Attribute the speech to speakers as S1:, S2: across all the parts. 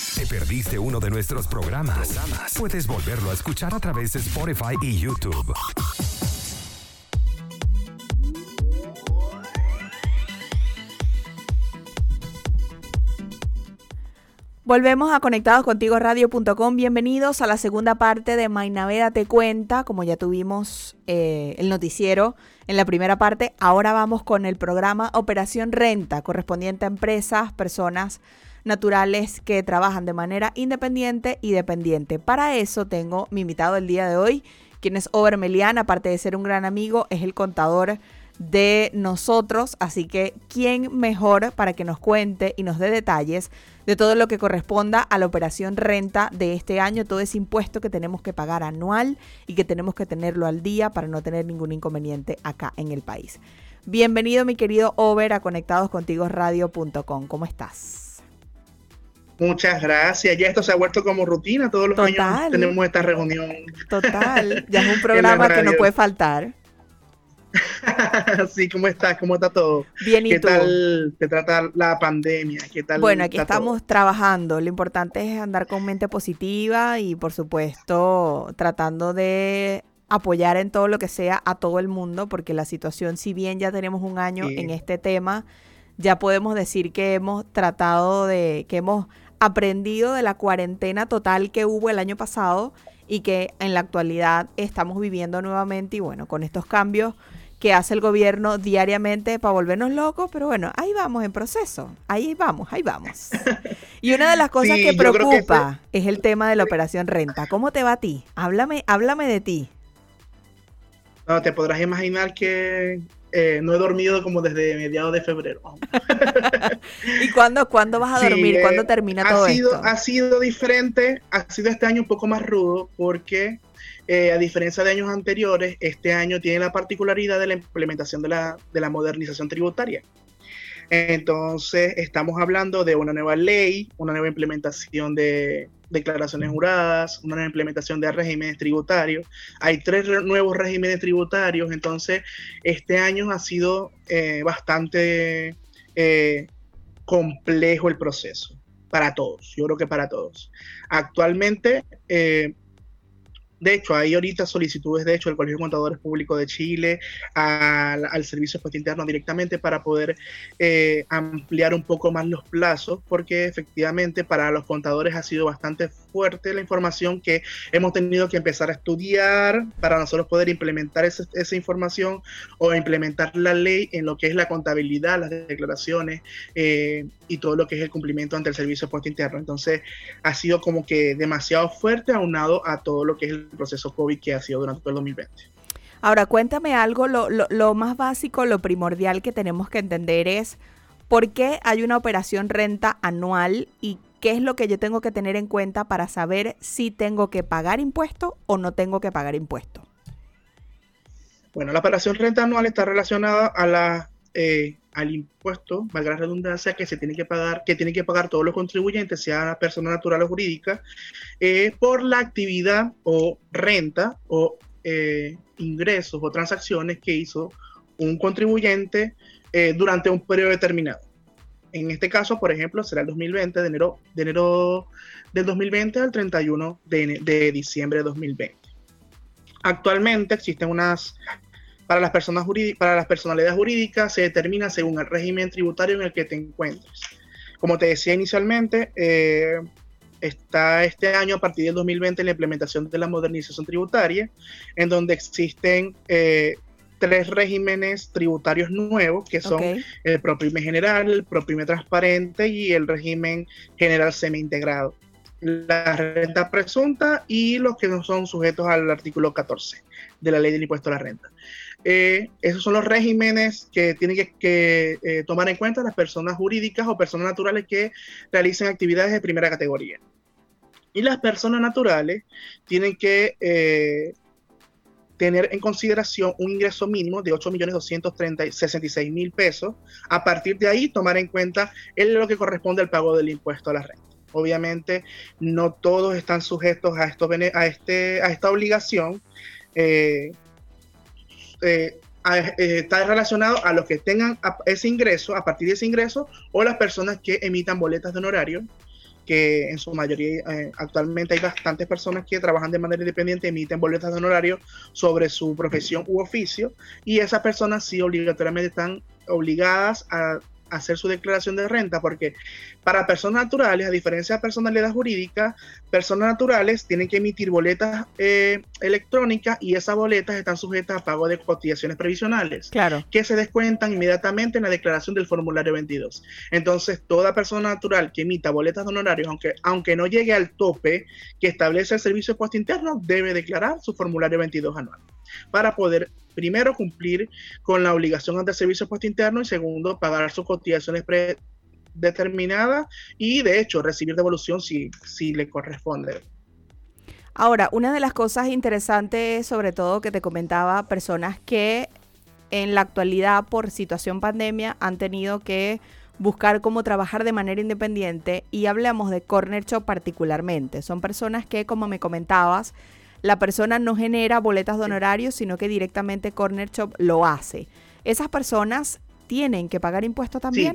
S1: ¿Te perdiste uno de nuestros programas? Puedes volverlo a escuchar a través de Spotify y YouTube.
S2: Volvemos a conectadoscontigoradio.com. Bienvenidos a la segunda parte de Mainaveda Te Cuenta. Como ya tuvimos el noticiero en la primera parte, ahora vamos con el programa Operación Renta, correspondiente a empresas, personas naturales que trabajan de manera independiente y dependiente. Para eso tengo mi invitado el día de hoy, quien es Over Melián. Aparte de ser un gran amigo, es el contador de nosotros, así que ¿quién mejor para que nos cuente y nos dé detalles de todo lo que corresponda a la operación renta de este año, todo ese impuesto que tenemos que pagar anual y que tenemos que tenerlo al día para no tener ningún inconveniente acá en el país? Bienvenido, mi querido Over, a conectadoscontigoradio.com. ¿Cómo estás?
S3: Muchas gracias. Ya esto se ha vuelto como rutina. Todos los años tenemos esta reunión.
S2: Total. Ya es un programa que no puede faltar.
S3: Sí, ¿cómo estás? ¿Cómo está todo?
S2: Bien, ¿y
S3: ¿Qué
S2: tú?
S3: tal te trata la pandemia? ¿Qué tal?
S2: Bueno, aquí estamos trabajando. Lo importante es andar con mente positiva y, por supuesto, tratando de apoyar en todo lo que sea a todo el mundo, porque la situación, si bien ya tenemos un año en este tema, ya podemos decir que hemos hemos aprendido de la cuarentena total que hubo el año pasado y que en la actualidad estamos viviendo nuevamente, y bueno, con estos cambios que hace el gobierno diariamente para volvernos locos, pero bueno, ahí vamos en proceso, ahí vamos. Y una de las cosas que preocupa es el tema de la operación renta. ¿Cómo te va a ti? Háblame de ti.
S3: No, te podrás imaginar que no he dormido como desde mediados de febrero.
S2: ¿Y cuándo vas a dormir? ¿Cuándo termina todo esto?
S3: Ha sido diferente, ha sido este año un poco más rudo porque a diferencia de años anteriores, este año tiene la particularidad de la implementación de la modernización tributaria. Entonces, estamos hablando de una nueva ley, una nueva implementación de declaraciones juradas, una nueva implementación de regímenes tributarios. Hay 3 nuevos regímenes tributarios, entonces este año ha sido bastante complejo el proceso para todos, yo creo que para todos. Actualmente, de hecho, hay ahorita solicitudes, de hecho, del Colegio de Contadores Públicos de Chile, al Servicio de Impuesto Interno directamente para poder ampliar un poco más los plazos, porque efectivamente para los contadores ha sido bastante fuerte la información que hemos tenido que empezar a estudiar para nosotros poder implementar esa información o implementar la ley en lo que es la contabilidad, las declaraciones y todo lo que es el cumplimiento ante el Servicio de Impuesto Interno. Entonces, ha sido como que demasiado fuerte aunado a todo lo que es el proceso COVID que ha sido durante todo el 2020.
S2: Ahora, cuéntame algo, lo más básico, lo primordial que tenemos que entender es por qué hay una operación renta anual y qué es lo que yo tengo que tener en cuenta para saber si tengo que pagar impuesto o no tengo que pagar impuesto.
S3: Bueno, la operación renta anual está relacionada al impuesto, valga la redundancia, que tienen que pagar todos los contribuyentes, sea persona natural o jurídica, por la actividad o renta o ingresos o transacciones que hizo un contribuyente durante un periodo determinado. En este caso, por ejemplo, será el 2020, de enero del 2020 al 31 de diciembre de 2020. Actualmente existen para las personalidades jurídicas se determina según el régimen tributario en el que te encuentres. Como te decía inicialmente, está este año, a partir del 2020, la implementación de la modernización tributaria, en donde existen 3 regímenes tributarios nuevos, que son el ProPyme general, el ProPyme transparente y el régimen general semi-integrado. La renta presunta y los que no son sujetos al artículo 14 de la ley del impuesto a la renta. Esos son los regímenes que tienen que tomar en cuenta las personas jurídicas o personas naturales que realicen actividades de primera categoría. Y las personas naturales tienen que tener en consideración un ingreso mínimo de 8.266.000 pesos. A partir de ahí, tomar en cuenta lo que corresponde al pago del impuesto a la renta. Obviamente, no todos están sujetos a esta obligación. Está relacionado a los que tengan ese ingreso, a partir de ese ingreso, o las personas que emitan boletas de honorario, que en su mayoría actualmente hay bastantes personas que trabajan de manera independiente, emiten boletas de honorario sobre su profesión u oficio, y esas personas sí obligatoriamente están obligadas a hacer su declaración de renta, porque para personas naturales, a diferencia de personalidad jurídica, personas naturales tienen que emitir boletas electrónicas, y esas boletas están sujetas a pago de cotizaciones previsionales,
S2: Claro.
S3: que se descuentan inmediatamente en la declaración del formulario 22. Entonces, toda persona natural que emita boletas de honorarios, aunque no llegue al tope que establece el Servicio de Impuesto Interno, debe declarar su formulario 22 anual, para poder, primero, cumplir con la obligación ante el Servicio de Impuesto Interno, y segundo, pagar sus cotizaciones predeterminadas y, de hecho, recibir devolución si le corresponde.
S2: Ahora, una de las cosas interesantes, sobre todo que te comentaba, personas que en la actualidad por situación pandemia han tenido que buscar cómo trabajar de manera independiente, y hablamos de Corner Shop particularmente. Son personas que, como me comentabas, la persona no genera boletas de honorarios, sino que directamente Corner Shop lo hace. ¿Esas personas tienen que pagar impuestos también?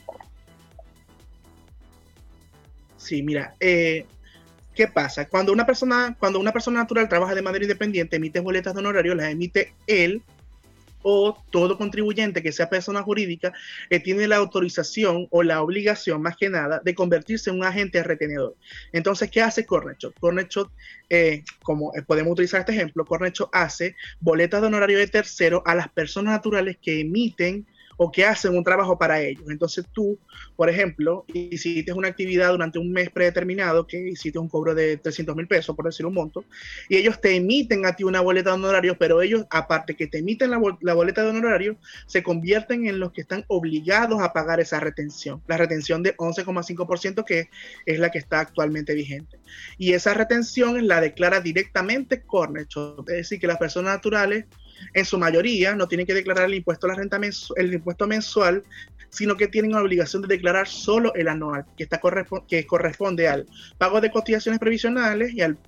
S3: Sí, mira, ¿qué pasa? Cuando una persona natural trabaja de manera independiente, emite boletas de honorario, las emite él o todo contribuyente que sea persona jurídica, que tiene la autorización o la obligación, más que nada, de convertirse en un agente retenedor. Entonces, ¿qué hace Corner Shop? Corner Shop, como podemos utilizar este ejemplo, Corner Shop hace boletas de honorario de tercero a las personas naturales que emiten o que hacen un trabajo para ellos. Entonces tú, por ejemplo, hiciste una actividad durante un mes predeterminado, que hiciste un cobro de 300,000 pesos, por decir un monto, y ellos te emiten a ti una boleta de honorario, pero ellos, aparte que te emiten la boleta de honorario, se convierten en los que están obligados a pagar esa retención, la retención de 11,5%, que es la que está actualmente vigente. Y esa retención la declara directamente Corner Shop, es decir, que las personas naturales, en su mayoría, no tienen que declarar el impuesto a la renta el impuesto mensual, sino que tienen la obligación de declarar solo el anual, que corresponde al pago de cotizaciones previsionales y al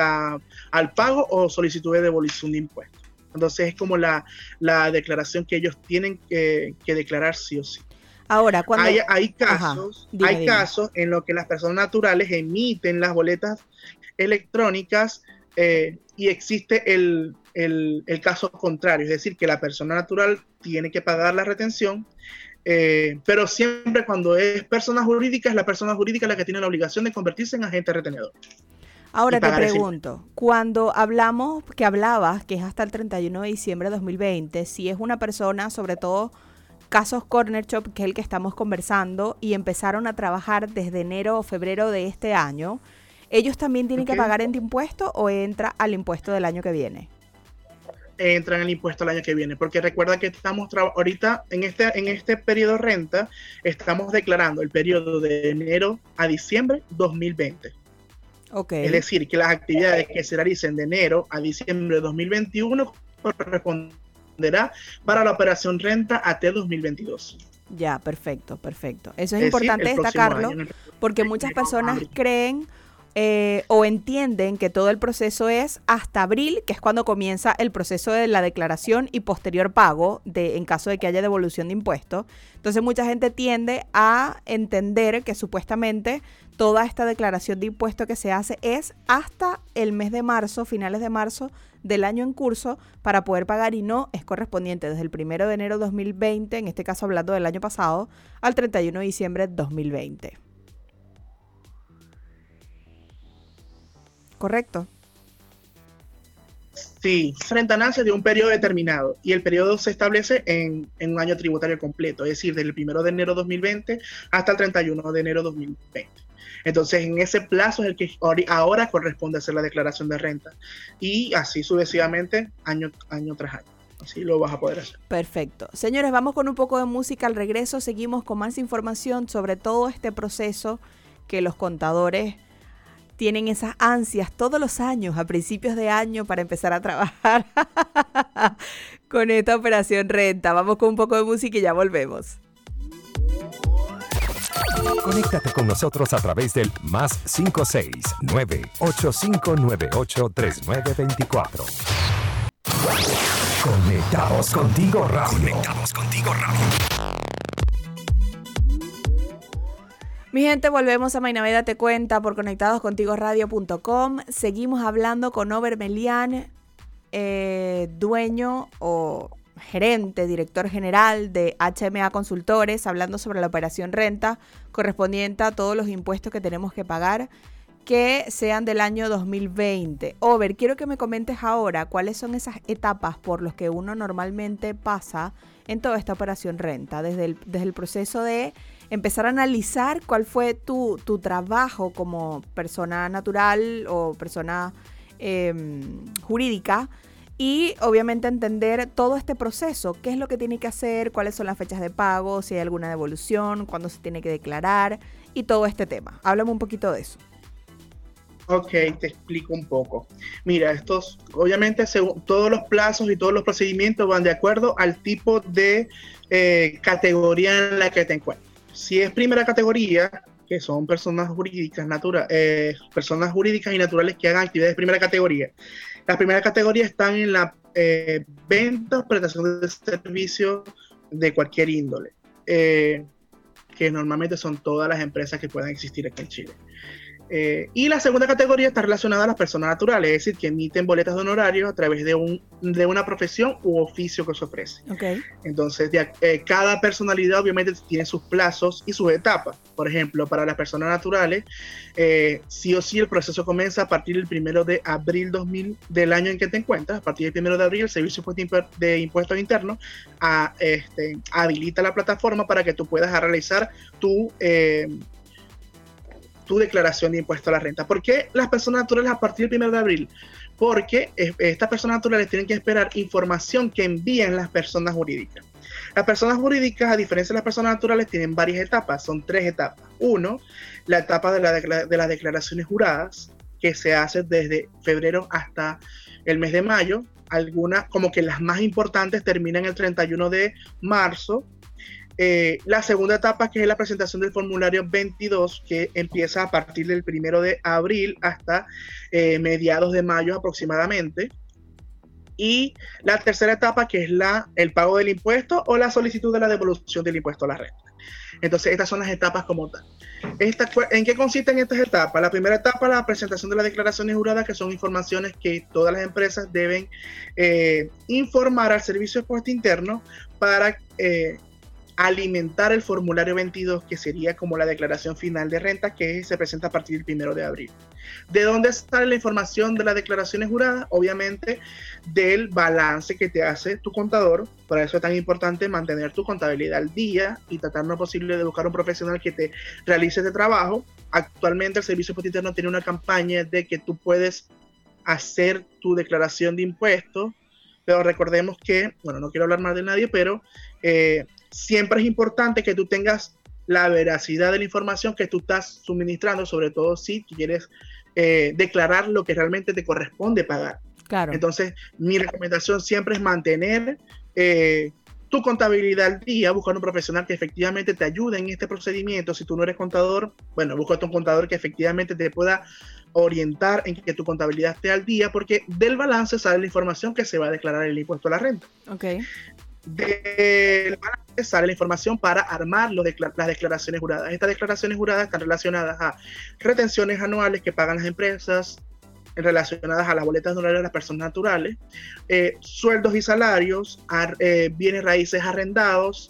S3: pago o solicitud de devolución de impuestos. Entonces es como la declaración que ellos tienen que declarar sí o sí.
S2: Ahora, cuando
S3: hay casos en los que las personas naturales emiten las boletas electrónicas, y existe el caso contrario, es decir, que la persona natural tiene que pagar la retención, pero siempre cuando es persona jurídica, es la persona jurídica la que tiene la obligación de convertirse en agente retenedor.
S2: Ahora te pregunto, cuando hablabas que es hasta el 31 de diciembre de 2020, si es una persona, sobre todo casos Corner Shop, que es el que estamos conversando, y empezaron a trabajar desde enero o febrero de este año, ¿ellos también tienen que pagar el impuesto o entra al impuesto del año que viene?
S3: Entra en el impuesto el año que viene, porque recuerda que estamos ahorita en este periodo de renta, estamos declarando el periodo de enero a diciembre 2020.
S2: Okay.
S3: Es decir, que las actividades que se realicen de enero a diciembre de 2021 corresponderá para la operación renta AT 2022.
S2: Ya, perfecto. Eso es importante destacarlo, porque muchas personas creen o entienden que todo el proceso es hasta abril, que es cuando comienza el proceso de la declaración y posterior pago en caso de que haya devolución de impuestos. Entonces mucha gente tiende a entender que supuestamente toda esta declaración de impuestos que se hace es hasta el mes de marzo, finales de marzo del año en curso, para poder pagar, y no, es correspondiente desde el 1 de enero de 2020, en este caso hablando del año pasado, al 31 de diciembre de 2020. ¿Correcto?
S3: Sí, renta nace de un periodo determinado y el periodo se establece en un año tributario completo, es decir, del 1 de enero de 2020 hasta el 31 de enero de 2020. Entonces, en ese plazo es el que ahora corresponde hacer la declaración de renta, y así sucesivamente, año tras año. Así lo vas a poder hacer.
S2: Perfecto. Señores, vamos con un poco de música. Al regreso seguimos con más información sobre todo este proceso que los contadores tienen esas ansias todos los años, a principios de año, para empezar a trabajar con esta operación renta. Vamos con un poco de música y ya volvemos.
S1: Conéctate con nosotros a través del +56 98598 3924. Conectados contigo radio.
S2: Mi gente, volvemos a Mainaveda Te Cuenta por conectadoscontigoradio.com. Seguimos hablando con Over Melián, dueño o gerente, director general de HMA Consultores, hablando sobre la operación renta correspondiente a todos los impuestos que tenemos que pagar que sean del año 2020. Over, quiero que me comentes ahora cuáles son esas etapas por las que uno normalmente pasa en toda esta operación renta, desde el proceso de empezar a analizar cuál fue tu trabajo como persona natural o persona jurídica y obviamente entender todo este proceso, qué es lo que tiene que hacer, cuáles son las fechas de pago, si hay alguna devolución, cuándo se tiene que declarar y todo este tema. Háblame un poquito de eso.
S3: Ok, te explico un poco. Mira, obviamente, todos los plazos y todos los procedimientos van de acuerdo al tipo de categoría en la que te encuentras. Si es primera categoría, que son personas jurídicas y naturales que hagan actividades de primera categoría. Las primeras categorías están en la venta o prestación de servicios de cualquier índole, que normalmente son todas las empresas que puedan existir aquí en Chile. Y la segunda categoría está relacionada a las personas naturales, es decir, que emiten boletas de honorarios a través de una profesión u oficio que se ofrece.
S2: Okay.
S3: Entonces, cada personalidad obviamente tiene sus plazos y sus etapas. Por ejemplo, para las personas naturales, sí o sí el proceso comienza a partir del 1 de abril del año en que te encuentras. A partir del 1 de abril, el Servicio de Impuestos Internos habilita la plataforma para que tú puedas realizar tu declaración de impuesto a la renta. ¿Por qué las personas naturales a partir del 1 de abril? Porque estas personas naturales tienen que esperar información que envíen las personas jurídicas. Las personas jurídicas, a diferencia de las personas naturales, tienen varias etapas, son 3 etapas. 1, la etapa de las declaraciones juradas, que se hace desde febrero hasta el mes de mayo. Algunas, como que las más importantes, terminan el 31 de marzo. La segunda etapa, que es la presentación del formulario 22, que empieza a partir del 1 de abril hasta mediados de mayo aproximadamente. Y la tercera etapa, que es el pago del impuesto o la solicitud de la devolución del impuesto a la renta. Entonces, estas son las etapas como tal. ¿En qué consisten estas etapas? La primera etapa, la presentación de las declaraciones juradas, que son informaciones que todas las empresas deben informar al Servicio de Impuesto Interno para alimentar el formulario 22, que sería como la declaración final de renta, que se presenta a partir del 1 de abril. ¿De dónde sale la información de las declaraciones juradas? Obviamente del balance que te hace tu contador. Por eso es tan importante mantener tu contabilidad al día y tratar lo posible de buscar un profesional que te realice este trabajo. Actualmente el Servicio de Impuesto Interno tiene una campaña de que tú puedes hacer tu declaración de impuestos, pero recordemos que, bueno, no quiero hablar mal de nadie, pero siempre es importante que tú tengas la veracidad de la información que tú estás suministrando, sobre todo si tú quieres declarar lo que realmente te corresponde pagar.
S2: Claro.
S3: Entonces, mi recomendación siempre es mantener tu contabilidad al día, buscar un profesional que efectivamente te ayude en este procedimiento. Si tú no eres contador, bueno, búscate un contador que efectivamente te pueda orientar en que tu contabilidad esté al día, porque del balance sale la información que se va a declarar el impuesto a la renta.
S2: Okay.
S3: Del balance sale la información para armar las declaraciones juradas. Estas declaraciones juradas están relacionadas a retenciones anuales que pagan las empresas, relacionadas a las boletas de honorario de las personas naturales, sueldos y salarios, bienes raíces arrendados,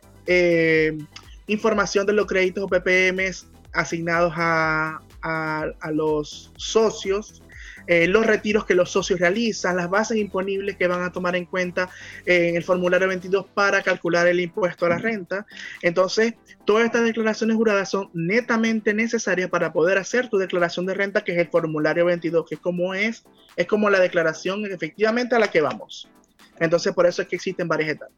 S3: información de los créditos o PPMs asignados a los socios, los retiros que los socios realizan, las bases imponibles que van a tomar en cuenta en el formulario 22 para calcular el impuesto a la renta. Entonces, todas estas declaraciones juradas son netamente necesarias para poder hacer tu declaración de renta, que es el formulario 22, que es como la declaración efectivamente a la que vamos. Entonces, por eso es que existen varias etapas.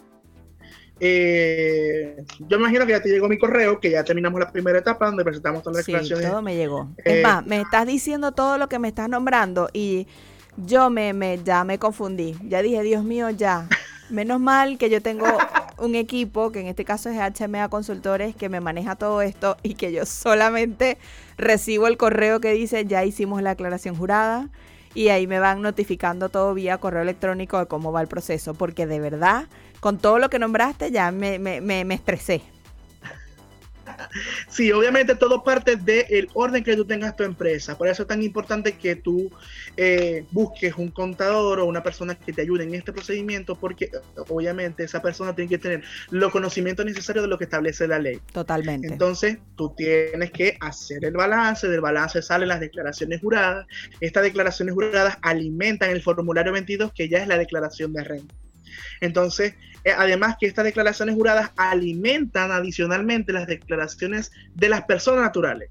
S3: Yo me imagino que ya te llegó mi correo, que ya terminamos la primera etapa donde presentamos todas las declaraciones.
S2: Sí, todo me llegó. Es más, me estás diciendo todo lo que me estás nombrando y yo ya me confundí. Ya dije, Dios mío, ya. Menos mal que yo tengo un equipo, que en este caso es HMA Consultores, que me maneja todo esto y que yo solamente recibo el correo que dice, ya hicimos la declaración jurada, y ahí me van notificando todo vía correo electrónico de cómo va el proceso, porque de verdad, con todo lo que nombraste, ya me estresé.
S3: Sí, obviamente todo parte del orden que tú tengas tu empresa. Por eso es tan importante que tú busques un contador o una persona que te ayude en este procedimiento, porque obviamente esa persona tiene que tener los conocimientos necesarios de lo que establece la ley.
S2: Totalmente.
S3: Entonces, tú tienes que hacer el balance, del balance salen las declaraciones juradas. Estas declaraciones juradas alimentan el formulario 22, que ya es la declaración de renta. Entonces, además que estas declaraciones juradas alimentan adicionalmente las declaraciones de las personas naturales.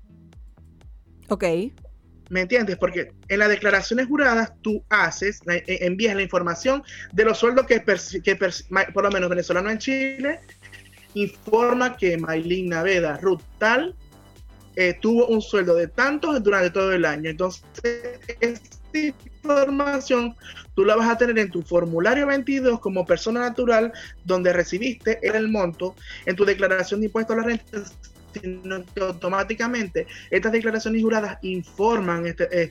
S2: Ok.
S3: ¿Me entiendes? Porque en las declaraciones juradas tú envías la información de los sueldos que por lo menos venezolano en Chile informa que Maylin Naveda Ruth tal tuvo un sueldo de tantos durante todo el año. Entonces, esta información tú la vas a tener en tu formulario 22 como persona natural, donde recibiste el monto en tu declaración de impuesto a la renta, sino que automáticamente estas declaraciones juradas informan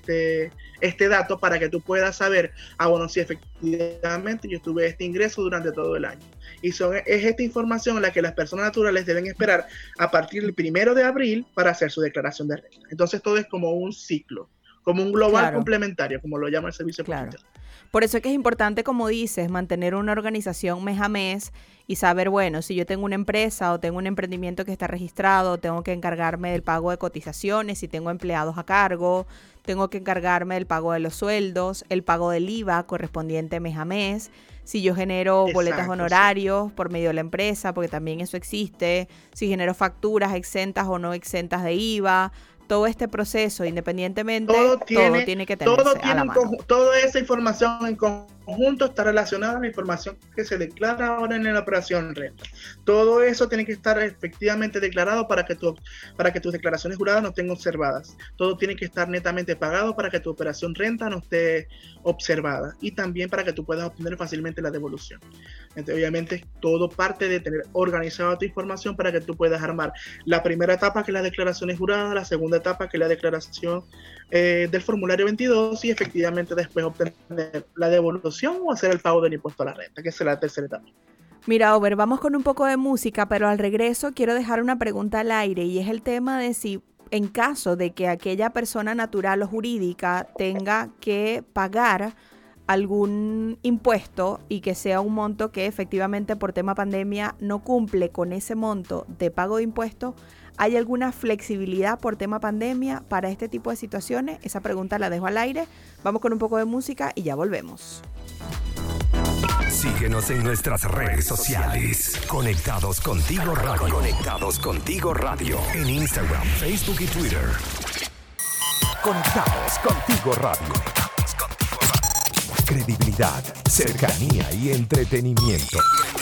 S3: este dato para que tú puedas saber, bueno, si efectivamente yo tuve este ingreso durante todo el año. Y es esta información la que las personas naturales deben esperar a partir del 1 de abril para hacer su declaración de renta. Entonces todo es como un ciclo, como un global complementario, como lo llama el servicio.
S2: Claro. Por eso es que es importante, como dices, mantener una organización mes a mes y saber, bueno, si yo tengo una empresa o tengo un emprendimiento que está registrado, tengo que encargarme del pago de cotizaciones, si tengo empleados a cargo, tengo que encargarme del pago de los sueldos, el pago del IVA correspondiente mes a mes, si yo genero boletos honorarios por medio de la empresa, porque también eso existe, si genero facturas exentas o no exentas de IVA. Todo este proceso, independientemente, todo tiene que tenerse a la mano.
S3: Toda esa información en conjunto está relacionada a la información que se declara ahora en la operación renta. Todo eso tiene que estar efectivamente declarado para que tus declaraciones juradas no estén observadas. Todo tiene que estar netamente pagado para que tu operación renta no esté observada, y también para que tú puedas obtener fácilmente la devolución. Entonces, obviamente, todo parte de tener organizada tu información para que tú puedas armar la primera etapa, que es la declaraciones juradas, la segunda etapa, que es la declaración del formulario 22, y efectivamente después obtener la devolución o hacer el pago del impuesto a la renta, que es la tercera etapa.
S2: Mira, Over, vamos con un poco de música, pero al regreso quiero dejar una pregunta al aire, y es el tema de si, en caso de que aquella persona natural o jurídica tenga que pagar algún impuesto y que sea un monto que efectivamente por tema pandemia no cumple con ese monto de pago de impuestos, ¿hay alguna flexibilidad por tema pandemia para este tipo de situaciones? Esa pregunta la dejo al aire. Vamos con un poco de música y ya volvemos.
S1: Síguenos en nuestras redes sociales. Conectados Contigo Radio. Conectados Contigo Radio. En Instagram, Facebook y Twitter. Conectados Contigo Radio. Credibilidad, cercanía y entretenimiento.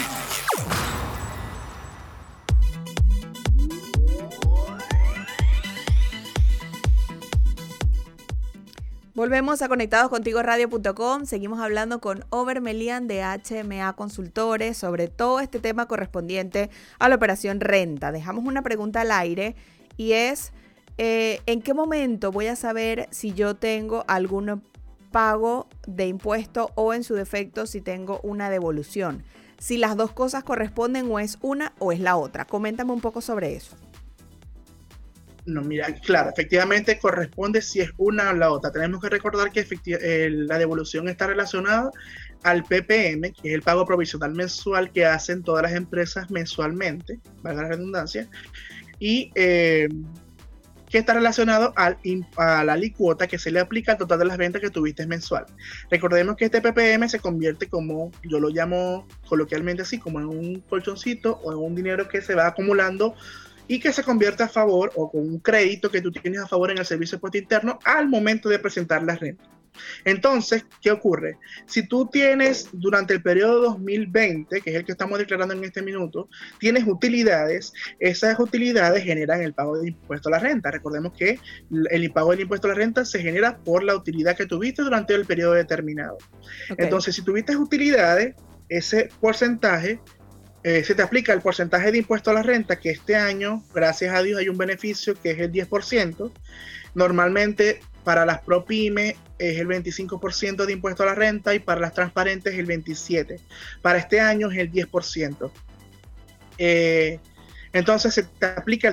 S2: Volvemos a Conectados Contigo Radio.com. Seguimos hablando con Over Melián de HMA Consultores sobre todo este tema correspondiente a la operación renta. Dejamos una pregunta al aire y es, ¿en qué momento voy a saber si yo tengo algún pago de impuesto o en su defecto si tengo una devolución? Si las dos cosas corresponden, o es una o es la otra. Coméntame un poco sobre eso.
S3: No, mira, claro, efectivamente corresponde si es una o la otra. Tenemos que recordar que la devolución está relacionada al PPM, que es el pago provisional mensual que hacen todas las empresas mensualmente, valga la redundancia, y que está relacionado a la alicuota que se le aplica al total de las ventas que tuviste mensual. Recordemos que este PPM se convierte, como yo lo llamo coloquialmente así, como en un colchoncito o en un dinero que se va acumulando y que se convierte a favor o con un crédito que tú tienes a favor en el servicio de impuesto interno al momento de presentar la renta. Entonces, ¿qué ocurre? Si tú tienes durante el periodo 2020, que es el que estamos declarando en este minuto, tienes utilidades, esas utilidades generan el pago de impuesto a la renta. Recordemos que el pago del impuesto a la renta se genera por la utilidad que tuviste durante el periodo determinado. Okay. Entonces, si tuviste utilidades, ese porcentaje se te aplica el porcentaje de impuesto a la renta, que este año, gracias a Dios, hay un beneficio que es el 10%. Normalmente para las ProPyme es el 25% de impuesto a la renta y para las transparentes el 27%. Para este año es el 10%. Entonces se te aplica el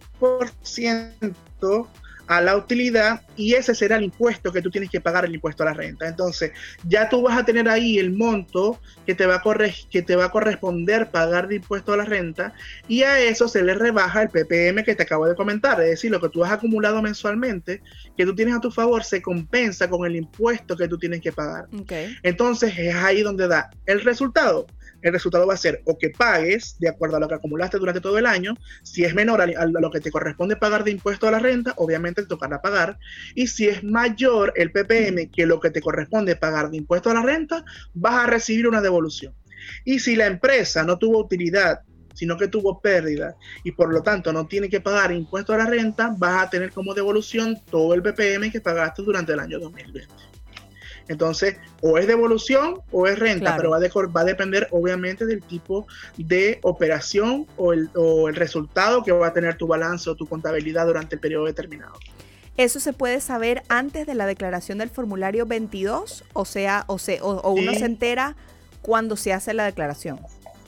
S3: 10% a la utilidad y ese será el impuesto que tú tienes que pagar, el impuesto a la renta. Entonces ya tú vas a tener ahí el monto que te va a corresponder pagar de impuesto a la renta, y a eso se le rebaja el PPM que te acabo de comentar, es decir, lo que tú has acumulado mensualmente, que tú tienes a tu favor, se compensa con el impuesto que tú tienes que pagar.
S2: Okay.
S3: Entonces es ahí donde da el resultado. El resultado va a ser o que pagues de acuerdo a lo que acumulaste durante todo el año. Si es menor a lo que te corresponde pagar de impuesto a la renta, obviamente te tocará pagar. Y si es mayor el PPM que lo que te corresponde pagar de impuesto a la renta, vas a recibir una devolución. Y si la empresa no tuvo utilidad, sino que tuvo pérdida y por lo tanto no tiene que pagar impuesto a la renta, vas a tener como devolución todo el PPM que pagaste durante el año 2020. Entonces, o es devolución o es renta, claro, pero va a depender obviamente del tipo de operación o el resultado que va a tener tu balance o tu contabilidad durante el periodo determinado.
S2: ¿Eso se puede saber antes de la declaración del formulario 22? O uno se entera cuando se hace la declaración.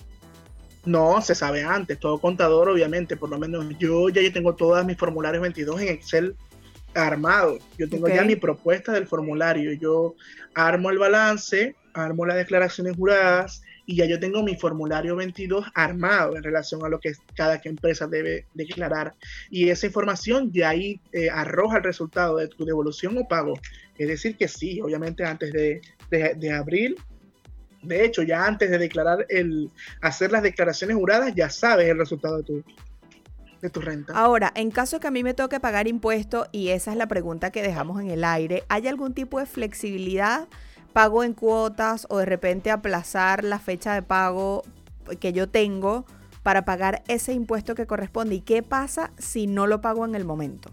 S3: No, se sabe antes, todo contador obviamente, por lo menos yo tengo todos mis formularios 22 en Excel armado. Yo tengo ya mi propuesta del formulario. Yo armo el balance, armo las declaraciones juradas y ya yo tengo mi formulario 22 armado en relación a lo que cada empresa debe declarar. Y esa información de ahí arroja el resultado de tu devolución o pago. Es decir que sí, obviamente antes de abril. De hecho, ya antes de hacer las declaraciones juradas, ya sabes el resultado de tu renta.
S2: Ahora, en caso que a mí me toque pagar impuestos, y esa es la pregunta que dejamos en el aire, ¿hay algún tipo de flexibilidad, pago en cuotas o de repente aplazar la fecha de pago que yo tengo para pagar ese impuesto que corresponde? ¿Y qué pasa si no lo pago en el momento?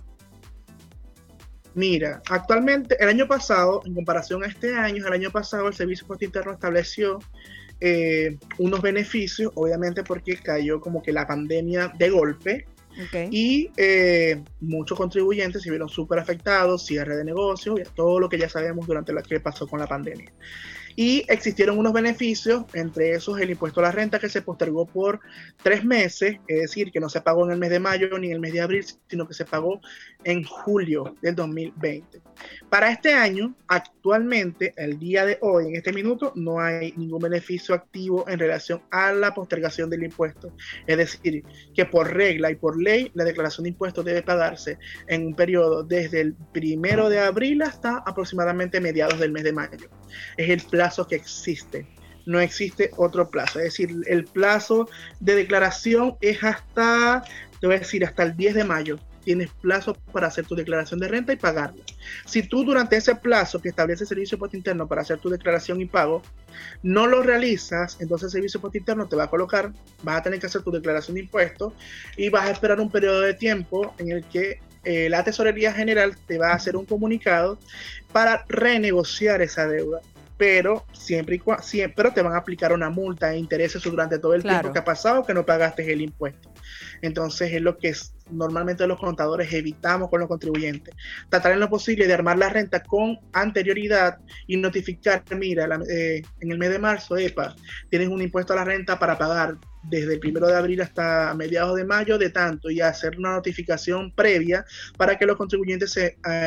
S3: Mira, actualmente, el año pasado, en comparación a este año, el año pasado el Servicio de Impuesto Interno estableció unos beneficios, obviamente porque cayó como que la pandemia de golpe. Okay. Y muchos contribuyentes se vieron súper afectados, cierre de negocios, todo lo que ya sabemos durante lo que pasó con la pandemia. Y existieron unos beneficios, entre esos el impuesto a la renta que se postergó por 3 meses, es decir, que no se pagó en el mes de mayo ni en el mes de abril, sino que se pagó en julio del 2020. Para este año, actualmente, el día de hoy, en este minuto, no hay ningún beneficio activo en relación a la postergación del impuesto. Es decir, que por regla y por ley, la declaración de impuestos debe pagarse en un periodo desde el 1 de abril hasta aproximadamente mediados del mes de mayo. Es el plazo que existe, no existe otro plazo. Es decir, el plazo de declaración es hasta el 10 de mayo. Tienes plazo para hacer tu declaración de renta y pagarla. Si tú durante ese plazo que establece el Servicio de Impuesto Interno para hacer tu declaración y pago, no lo realizas, entonces el Servicio de Impuesto Interno te va a colocar, vas a tener que hacer tu declaración de impuestos y vas a esperar un periodo de tiempo en el que la Tesorería General te va a hacer un comunicado para renegociar esa deuda. Pero siempre te van a aplicar una multa e intereses durante todo el tiempo que ha pasado que no pagaste el impuesto. Entonces es lo que normalmente los contadores evitamos con los contribuyentes. Tratar en lo posible de armar la renta con anterioridad y notificar, mira, en el mes de marzo, tienes un impuesto a la renta para pagar desde el 1 de abril hasta mediados de mayo de tanto, y hacer una notificación previa para que los contribuyentes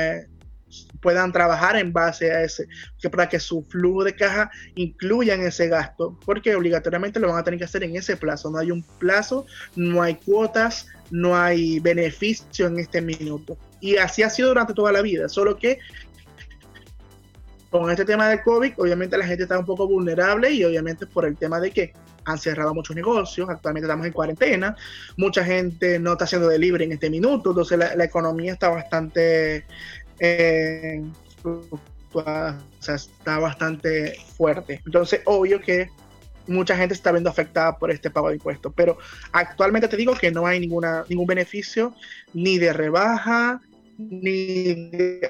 S3: puedan trabajar en base a para que su flujo de caja incluya en ese gasto, porque obligatoriamente lo van a tener que hacer en ese plazo. No hay un plazo, no hay cuotas, no hay beneficio en este minuto. Y así ha sido durante toda la vida, solo que con este tema del COVID, obviamente la gente está un poco vulnerable y obviamente por el tema de que han cerrado muchos negocios, actualmente estamos en cuarentena, mucha gente no está haciendo delivery en este minuto, entonces la economía está bastante está bastante fuerte. Entonces, obvio que mucha gente está viendo afectada por este pago de impuestos, pero actualmente te digo que no hay ningún beneficio, ni de rebaja, ni de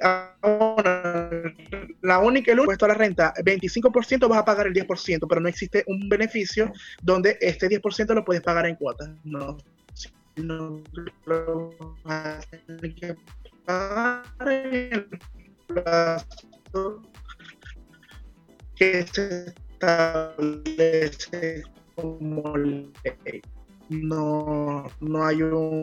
S3: el impuesto a la renta, 25% vas a pagar el 10%, pero no existe un beneficio donde este 10% lo puedes pagar en cuotas. No, sino lo vas a tener que el plazo que se establece como ley. no hay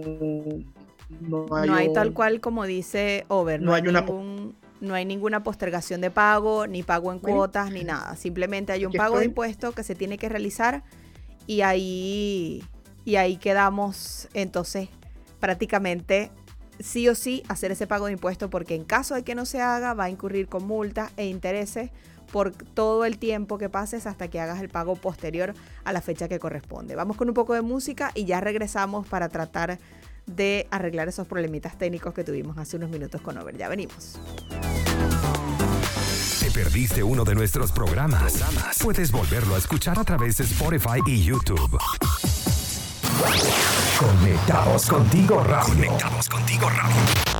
S2: no hay tal cual como dice Over,
S3: no hay
S2: no hay ninguna postergación de pago, ni pago en cuotas, ni nada. Simplemente hay un pago de impuesto que se tiene que realizar y ahí quedamos. Entonces, prácticamente sí o sí hacer ese pago de impuesto, porque en caso de que no se haga, va a incurrir con multas e intereses por todo el tiempo que pases hasta que hagas el pago posterior a la fecha que corresponde. Vamos con un poco de música y ya regresamos para tratar de arreglar esos problemitas técnicos que tuvimos hace unos minutos con Over. Ya venimos.
S1: ¿Te perdiste uno de nuestros programas? Puedes volverlo a escuchar a través de Spotify y YouTube. Conectados contigo radio. Conectados contigo radio.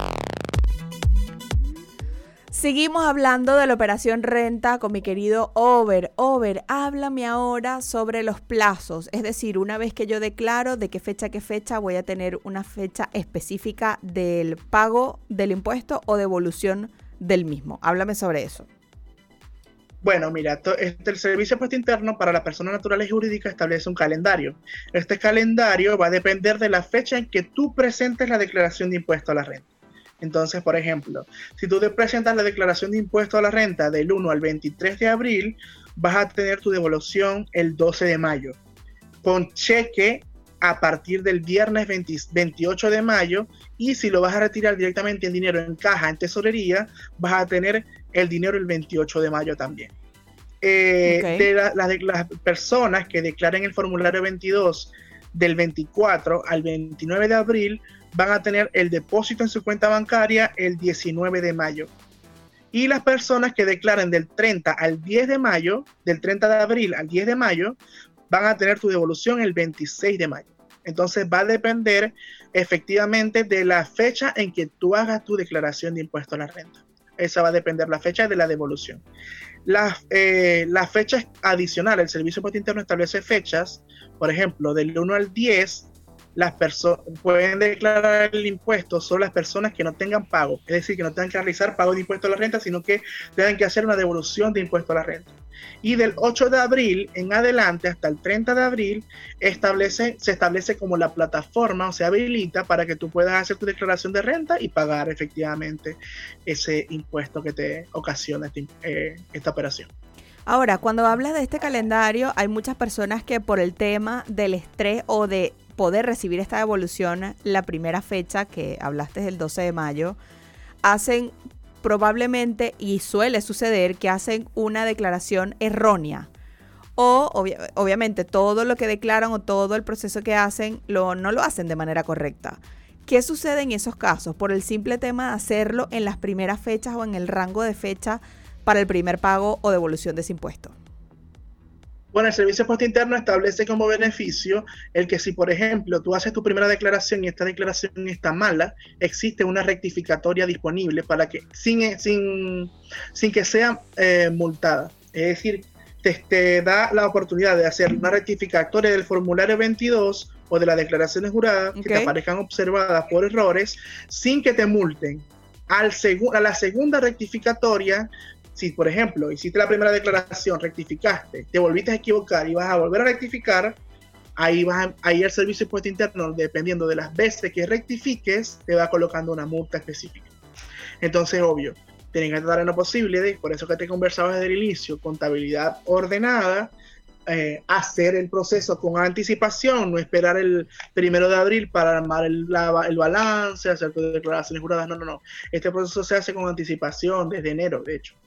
S2: Seguimos hablando de la operación renta con mi querido Over. Over, háblame ahora sobre los plazos. Es decir, una vez que yo declaro de qué fecha a qué fecha, voy a tener una fecha específica del pago del impuesto o devolución del mismo. Háblame sobre eso.
S3: Bueno, mira, el Servicio de Impuesto Interno para las personas naturales y jurídicas establece un calendario. Este calendario va a depender de la fecha en que tú presentes la declaración de impuesto a la renta. Entonces, por ejemplo, si tú te presentas la declaración de impuesto a la renta del 1 al 23 de abril, vas a tener tu devolución el 12 de mayo, con cheque a partir del viernes 28 de mayo, y si lo vas a retirar directamente en dinero en caja, en tesorería, vas a tener el dinero el 28 de mayo también. De las personas que declaren el formulario 22 del 24 al 29 de abril, van a tener el depósito en su cuenta bancaria el 19 de mayo. Y las personas que declaren del 30 al 10 de mayo, del 30 de abril al 10 de mayo, van a tener tu devolución el 26 de mayo. Entonces va a depender efectivamente de la fecha en que tú hagas tu declaración de impuesto a la renta. Esa va a depender la fecha de la devolución. Las fechas adicionales, el Servicio de Impuesto Interno establece fechas, por ejemplo, del 1 al 10, las personas pueden declarar el impuesto solo las personas que no tengan pago, es decir, que no tengan que realizar pago de impuesto a la renta, sino que tengan que hacer una devolución de impuesto a la renta. Y del 8 de abril en adelante hasta el 30 de abril se establece como la plataforma, o se habilita para que tú puedas hacer tu declaración de renta y pagar efectivamente ese impuesto que te ocasiona esta operación.
S2: Ahora, cuando hablas de este calendario, hay muchas personas que por el tema del estrés o de poder recibir esta devolución, la primera fecha que hablaste del 12 de mayo, hacen probablemente, y suele suceder, que hacen una declaración errónea. O obviamente todo lo que declaran o todo el proceso que hacen no lo hacen de manera correcta. ¿Qué sucede en esos casos? Por el simple tema de hacerlo en las primeras fechas o en el rango de fecha para el primer pago o devolución de ese impuesto.
S3: Bueno, el Servicio de Impuesto Interno establece como beneficio el que si, por ejemplo, tú haces tu primera declaración y esta declaración está mala, existe una rectificatoria disponible para que sin que sea multada. Es decir, te da la oportunidad de hacer una rectificatoria del formulario 22 o de las declaraciones juradas que te aparezcan observadas por errores sin que te multen. A la segunda rectificatoria, si, por ejemplo, hiciste la primera declaración, rectificaste, te volviste a equivocar y vas a volver a rectificar, ahí el Servicio de Impuesto Interno, dependiendo de las veces que rectifiques, te va colocando una multa específica. Entonces, obvio, tienen que tratar en lo posible, por eso que te conversaba desde el inicio, contabilidad ordenada, hacer el proceso con anticipación, no esperar el 1 de abril para armar el balance, hacer tus declaraciones juradas, no. Este proceso se hace con anticipación desde enero, de hecho.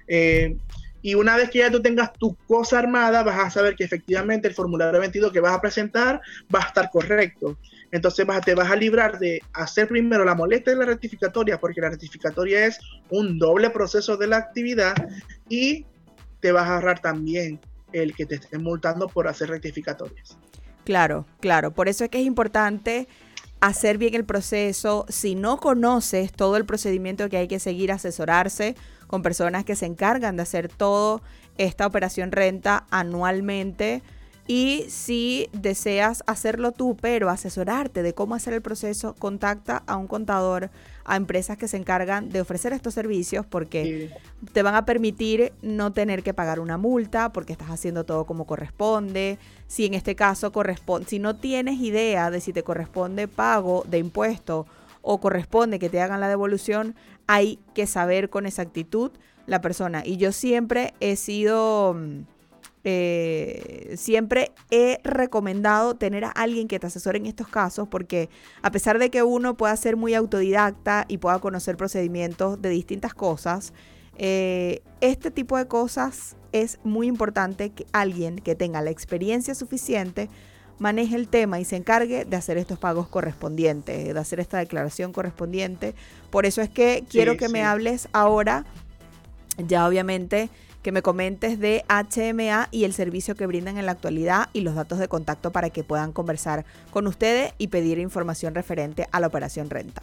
S3: Y una vez que ya tú tengas tu cosa armada, vas a saber que efectivamente el formulario 22 que vas a presentar va a estar correcto. Entonces te vas a librar de hacer primero la molestia de la rectificatoria, porque la rectificatoria es un doble proceso de la actividad, y te vas a ahorrar también el que te estén multando por hacer rectificatorias.
S2: Claro. Por eso es que es importante hacer bien el proceso. Si no conoces todo el procedimiento que hay que seguir, asesorarse con personas que se encargan de hacer toda esta operación renta anualmente Y si deseas hacerlo tú, pero asesorarte de cómo hacer el proceso, contacta a un contador, a empresas que se encargan de ofrecer estos servicios, porque te van a permitir no tener que pagar una multa, porque estás haciendo todo como corresponde. Si en este caso si no tienes idea de si te corresponde pago de impuesto o corresponde que te hagan la devolución, hay que saber con exactitud la persona. Y yo siempre siempre he recomendado tener a alguien que te asesore en estos casos, porque a pesar de que uno pueda ser muy autodidacta y pueda conocer procedimientos de distintas cosas, este tipo de cosas es muy importante que alguien que tenga la experiencia suficiente maneje el tema y se encargue de hacer estos pagos correspondientes, de hacer esta declaración correspondiente. Por eso es que quiero que me hables ahora, ya obviamente, que me comentes de HMA y el servicio que brindan en la actualidad y los datos de contacto para que puedan conversar con ustedes y pedir información referente a la operación renta.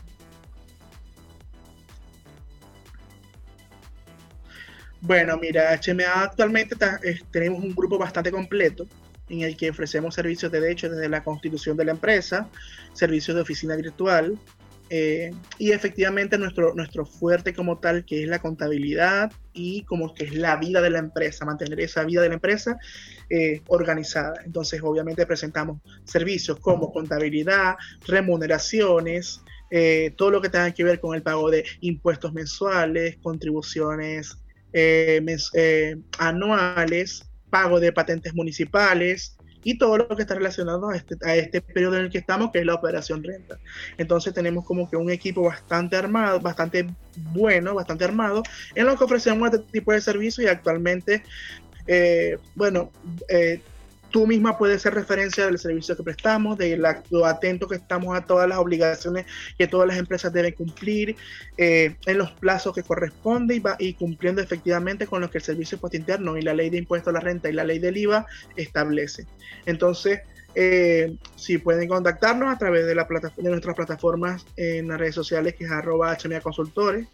S3: Bueno, mira, HMA actualmente tenemos un grupo bastante completo en el que ofrecemos servicios de hecho desde la constitución de la empresa, servicios de oficina virtual, y efectivamente nuestro fuerte como tal, que es la contabilidad y como que es la vida de la empresa, mantener esa vida de la empresa organizada. Entonces obviamente presentamos servicios como contabilidad, remuneraciones, todo lo que tenga que ver con el pago de impuestos mensuales, contribuciones anuales, pago de patentes municipales y todo lo que está relacionado a este periodo en el que estamos, que es la operación renta. Entonces tenemos como que un equipo bastante armado, bastante bueno, bastante armado, en lo que ofrecemos este tipo de servicios. Y actualmente, tú misma puedes hacer referencia del servicio que prestamos, de lo atento que estamos a todas las obligaciones que todas las empresas deben cumplir en los plazos que corresponde y cumpliendo efectivamente con lo que el Servicio de Impuesto Interno y la Ley de Impuesto a la Renta y la Ley del IVA establece. Entonces, si pueden contactarnos a través de nuestras plataformas en las redes sociales, que es @HMAconsultores.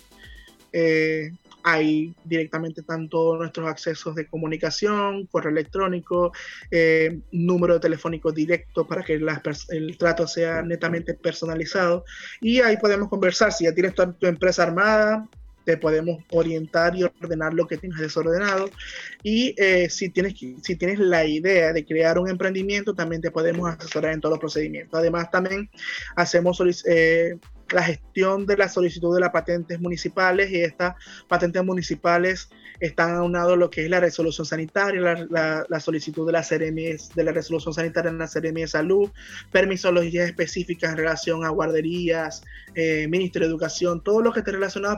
S3: Ahí directamente están todos nuestros accesos de comunicación, correo electrónico, número telefónico directo para que el trato sea netamente personalizado. Y ahí podemos conversar. Si ya tienes tu empresa armada, te podemos orientar y ordenar lo que tengas desordenado. Y si tienes la idea de crear un emprendimiento, también te podemos asesorar en todos los procedimientos. Además, también hacemos la gestión de la solicitud de las patentes municipales, y estas patentes municipales están aunados a lo que es la resolución sanitaria, la solicitud de la CEREMI, de la resolución sanitaria en la CEREMI de Salud, permisologías específicas en relación a guarderías, Ministerio de Educación, todo lo que esté relacionado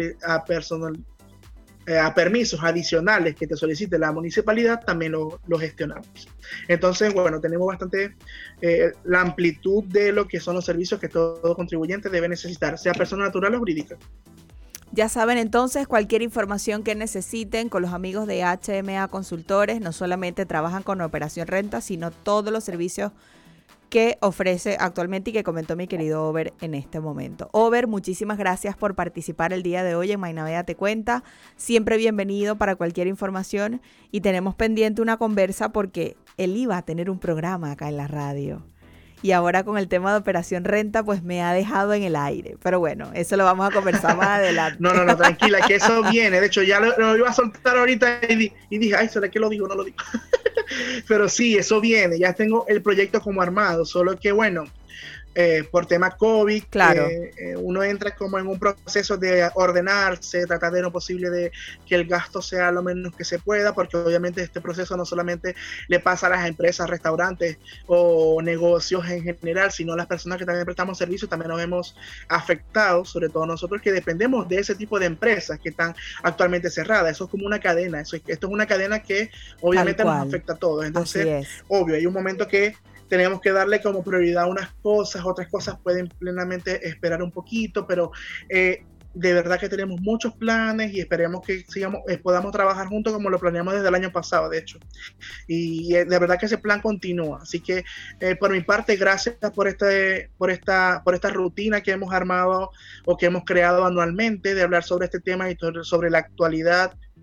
S3: a permisos adicionales que te solicite la municipalidad, también lo gestionamos. Entonces, bueno, tenemos bastante la amplitud de lo que son los servicios que todo contribuyente debe necesitar, sea persona natural o jurídica.
S2: Ya saben, entonces, cualquier información que necesiten con los amigos de HMA Consultores, no solamente trabajan con Operación Renta, sino todos los servicios que ofrece actualmente y que comentó mi querido Over en este momento. Over, muchísimas gracias por participar el día de hoy en Mainaveda Te Cuenta. Siempre bienvenido para cualquier información, y tenemos pendiente una conversa porque él iba a tener un programa acá en la radio. Y ahora con el tema de Operación Renta, pues me ha dejado en el aire. Pero bueno, eso lo vamos a conversar más adelante.
S3: No, tranquila, que eso viene. De hecho, ya lo iba a soltar ahorita y dije, ay, ¿será que lo digo? No lo digo. Pero sí, eso viene. Ya tengo el proyecto como armado. Solo que, bueno, por tema COVID,
S2: claro,
S3: uno entra como en un proceso de ordenarse, tratar de lo posible de que el gasto sea lo menos que se pueda, porque obviamente este proceso no solamente le pasa a las empresas, restaurantes o negocios en general, sino a las personas que también prestamos servicios, también nos hemos afectado, sobre todo nosotros que dependemos de ese tipo de empresas que están actualmente cerradas. Eso es como una cadena, esto es una cadena que obviamente nos afecta a todos. Entonces, obvio, hay un momento que tenemos que darle como prioridad a unas cosas, otras cosas pueden plenamente esperar un poquito, pero de verdad que tenemos muchos planes y esperemos que podamos trabajar juntos como lo planeamos desde el año pasado, de hecho. Y de verdad que ese plan continúa. Así que por mi parte, gracias por esta rutina que hemos armado o que hemos creado anualmente de hablar sobre este tema y sobre la actualidad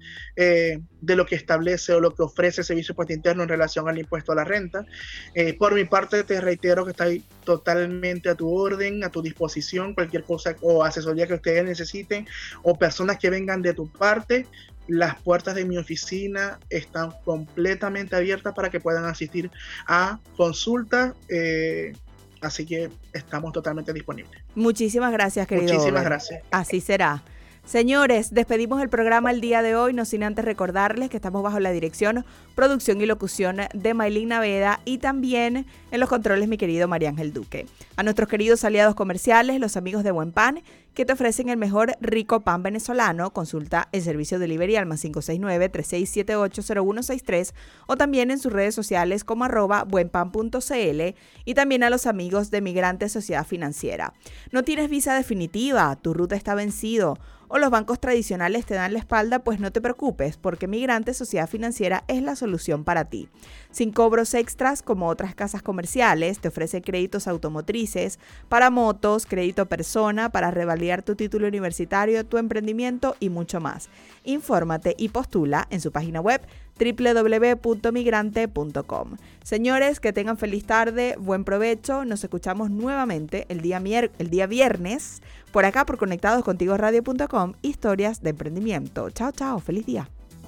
S3: de lo que establece o lo que ofrece el Servicio de Impuesto Interno en relación al impuesto a la renta. Por mi parte, te reitero que estoy totalmente a tu orden, a tu disposición, cualquier cosa o asesoría que ustedes necesiten o personas que vengan de tu parte. Las puertas de mi oficina están completamente abiertas para que puedan asistir a consultas, así que estamos totalmente disponibles.
S2: Muchísimas gracias, querido.
S3: Muchísimas gracias.
S2: Así será. Señores, despedimos el programa el día de hoy, no sin antes recordarles que estamos bajo la dirección, producción y locución de Maylin Naveda y también en los controles mi querido María Ángel Duque. A nuestros queridos aliados comerciales, los amigos de Buen Pan, que te ofrecen el mejor rico pan venezolano, consulta el servicio delivery al +569-3678-0163 o también en sus redes sociales como @buenpan.cl y también a los amigos de Migrantes Sociedad Financiera. ¿No tienes visa definitiva? ¿Tu ruta está vencido? ¿O los bancos tradicionales te dan la espalda? Pues no te preocupes, porque Migrantes Sociedad Financiera es la solución para ti. Sin cobros extras como otras casas comerciales, te ofrece créditos automotrices, para motos, crédito persona, para revalidar tu título universitario, tu emprendimiento y mucho más. Infórmate y postula en su página web www.migrante.com. Señores, que tengan feliz tarde, buen provecho. Nos escuchamos nuevamente el día viernes por acá por conectadoscontigoradio.com, historias de emprendimiento. Chao, chao, feliz día.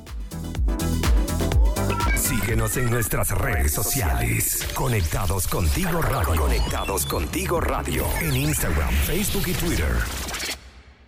S1: Síguenos en nuestras redes sociales. Conectados Contigo Radio. Conectados Contigo Radio. En Instagram, Facebook y Twitter.